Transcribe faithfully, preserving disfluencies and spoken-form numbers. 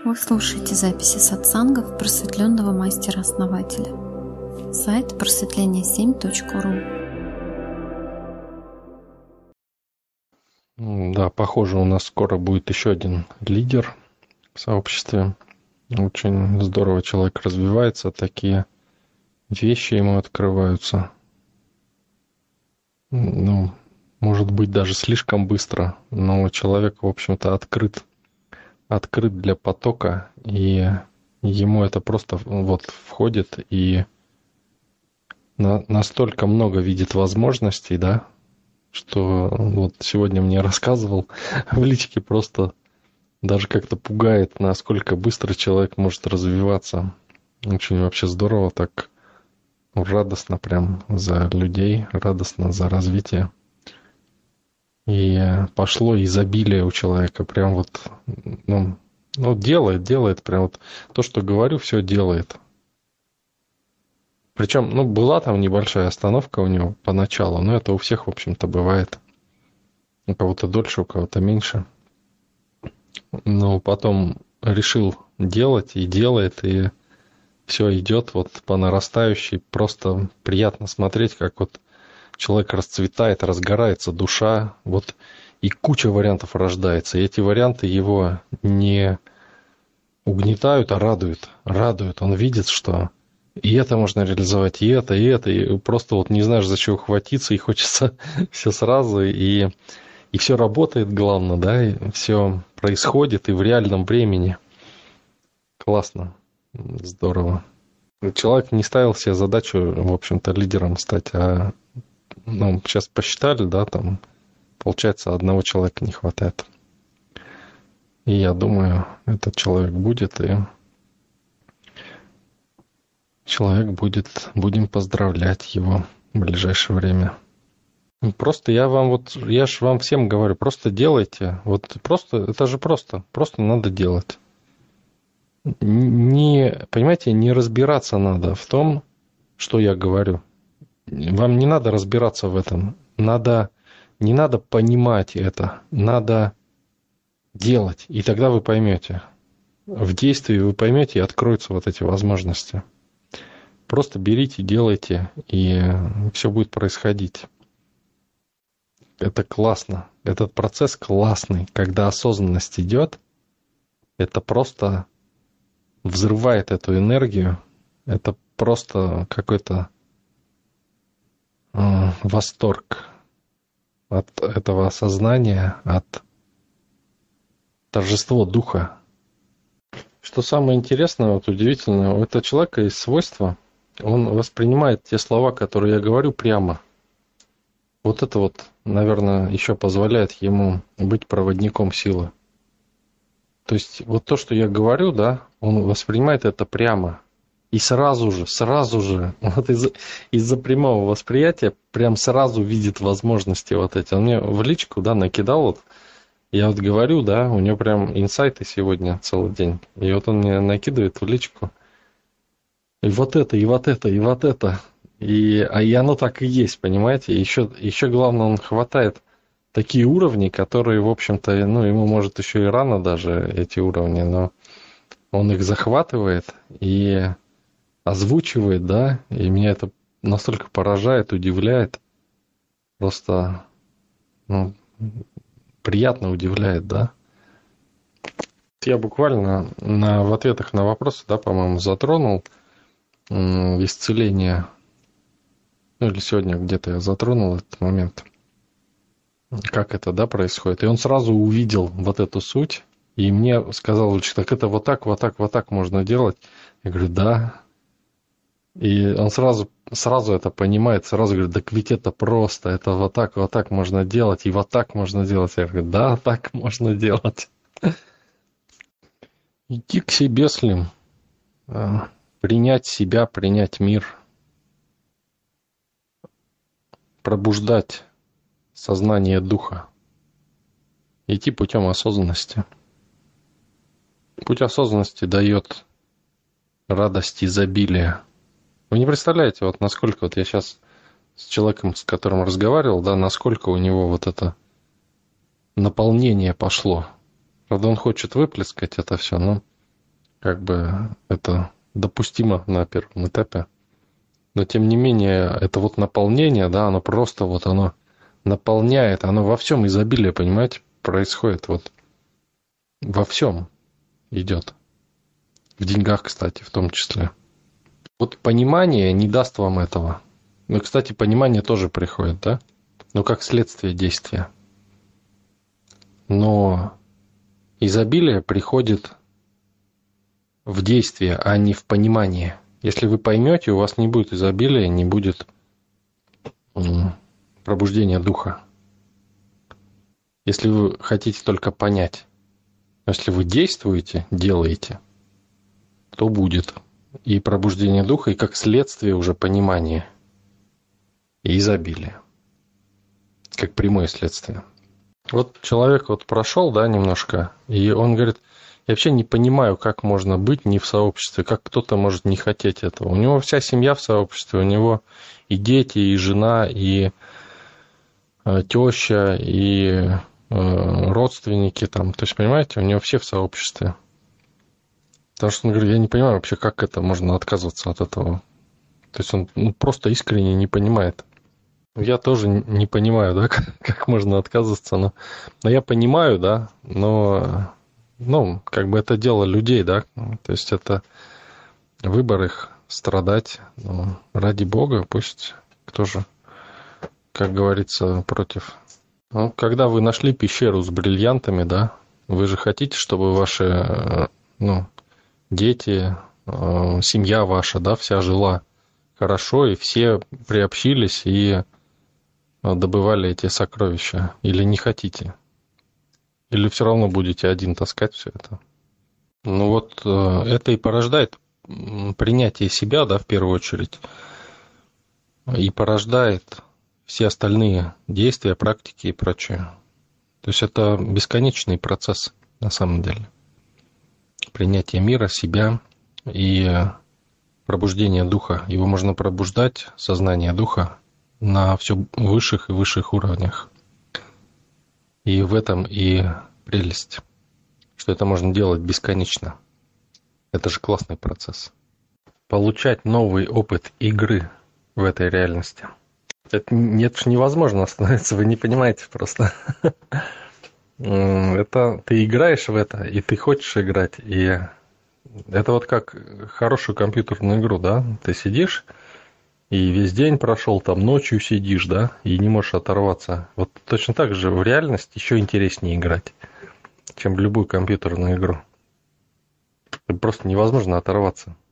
Вы слушаете записи сатсангов просветленного мастера-основателя. Сайт просветление семь точка ру. Да, похоже, у нас скоро будет еще один лидер в сообществе. Очень здорово человек развивается, такие вещи ему открываются. Ну, может быть, даже слишком быстро, но человек, в общем-то, открыт, открыт для потока, и ему это просто вот входит, и на, настолько много видит возможностей, да, что вот сегодня мне рассказывал в личке, просто даже как-то пугает, насколько быстро человек может развиваться. Очень вообще здорово, так радостно прям за людей, радостно за развитие. И пошло изобилие у человека, прям вот, ну, ну, делает, делает, прям вот то, что говорю, все делает. Причем, ну, была там небольшая остановка у него поначалу, но это у всех, в общем-то, бывает. У кого-то дольше, у кого-то меньше. Но потом решил делать и делает, и все идет вот по нарастающей. Просто приятно смотреть, как вот человек расцветает, разгорается душа, вот и куча вариантов рождается. И эти варианты его не угнетают, а радуют. Радуют. Он видит, что и это можно реализовать, и это, и это. И просто вот не знаешь, за чего хватиться, и хочется все сразу. И, и все работает, главное, да, и все происходит, и в реальном времени. Классно. Здорово. Человек не ставил себе задачу, в общем-то, лидером стать, а ну, сейчас посчитали, да, там, получается, одного человека не хватает. И я думаю, этот человек будет, и человек будет, будем поздравлять его в ближайшее время. Просто я вам вот, я же вам всем говорю, просто делайте, вот просто, это же просто, просто надо делать. Не, понимаете, не разбираться надо в том, что я говорю. Вам не надо разбираться в этом. Надо, не надо понимать это. Надо делать. И тогда вы поймете. В действии вы поймете, и откроются вот эти возможности. Просто берите, делайте, и все будет происходить. Это классно. Этот процесс классный. Когда осознанность идет, это просто взрывает эту энергию. Это просто какой-то восторг от этого осознания, от торжества духа. Что самое интересное, вот удивительное, у этого человека есть свойство, он воспринимает те слова, которые я говорю, прямо. Вот это вот, наверное, еще позволяет ему быть проводником силы. То есть вот то, что я говорю, да, он воспринимает это прямо. И сразу же, сразу же, вот из-за, из-за прямого восприятия прям сразу видит возможности вот эти. Он мне в личку, да, накидал, вот, я вот говорю, да, у него прям инсайты сегодня целый день. И вот он мне накидывает в личку. И вот это, и вот это, и вот это. И, а и оно так и есть, понимаете? И еще, еще главное, он хватает такие уровни, которые, в общем-то, ну, ему может еще и рано даже эти уровни, но он их захватывает и озвучивает, да, и меня это настолько поражает, удивляет, просто, ну, приятно удивляет, да. Я буквально на, в ответах на вопросы, да, по-моему, затронул м, исцеление, ну, или сегодня где-то я затронул этот момент, как это, да, происходит, и он сразу увидел вот эту суть, и мне сказал, что так это вот так, вот так, вот так можно делать. Я говорю, да. И он сразу, сразу это понимает, сразу говорит, так ведь это просто, это вот так, вот так можно делать, и вот так можно делать. Я говорю, да, так можно делать. Идти к себе, Слим, принять себя, принять мир, пробуждать сознание духа, идти путем осознанности. Путь осознанности дает радость, изобилие. Вы не представляете, вот насколько вот я сейчас с человеком, с которым разговаривал, да, насколько у него вот это наполнение пошло. Правда, он хочет выплескать это все, но как бы это допустимо на первом этапе. Но тем не менее, это вот наполнение, да, оно просто вот оно наполняет, оно во всем изобилие, понимаете, происходит вот во всем идет. В деньгах, кстати, в том числе. Вот понимание не даст вам этого. Ну, кстати, понимание тоже приходит, да? Ну, как следствие действия. Но изобилие приходит в действие, а не в понимание. Если вы поймете, у вас не будет изобилия, не будет пробуждения духа. Если вы хотите только понять. Но если вы действуете, делаете, то будет и пробуждение духа, и как следствие уже понимание и изобилие. Как прямое следствие. Вот человек вот прошел, да, немножко, и он говорит, я вообще не понимаю, как можно быть не в сообществе, как кто-то может не хотеть этого. У него вся семья в сообществе, у него и дети, и жена, и э, теща, и э, родственники там. То есть, понимаете, у него все в сообществе. Потому что он говорит, я не понимаю вообще, как это можно отказываться от этого. То есть он ну, просто искренне не понимает. Я тоже не понимаю, да, как, как можно отказываться, но, но я понимаю, да, но, ну, как бы это дело людей, да, то есть это выбор их страдать, ну, ради Бога, пусть кто же, как говорится, против. Ну, когда вы нашли пещеру с бриллиантами, да, вы же хотите, чтобы ваши, ну, дети, семья ваша, да, вся жила хорошо, и все приобщились и добывали эти сокровища, или не хотите? Или все равно будете один таскать все это? Ну вот это и порождает принятие себя, да, в первую очередь, и порождает все остальные действия, практики и прочее. То есть это бесконечный процесс на самом деле. Принятие мира, себя и пробуждение духа. Его можно пробуждать, сознание духа, на все высших и высших уровнях. И в этом и прелесть, что это можно делать бесконечно. Это же классный процесс. Получать новый опыт игры в этой реальности. Это нет, невозможно остановиться, вы не понимаете просто. Это ты играешь в это, и ты хочешь играть, и это вот как хорошую компьютерную игру, да? Ты сидишь, и весь день прошел, там ночью сидишь, да, и не можешь оторваться. Вот точно так же в реальность еще интереснее играть, чем в любую компьютерную игру. Просто невозможно оторваться.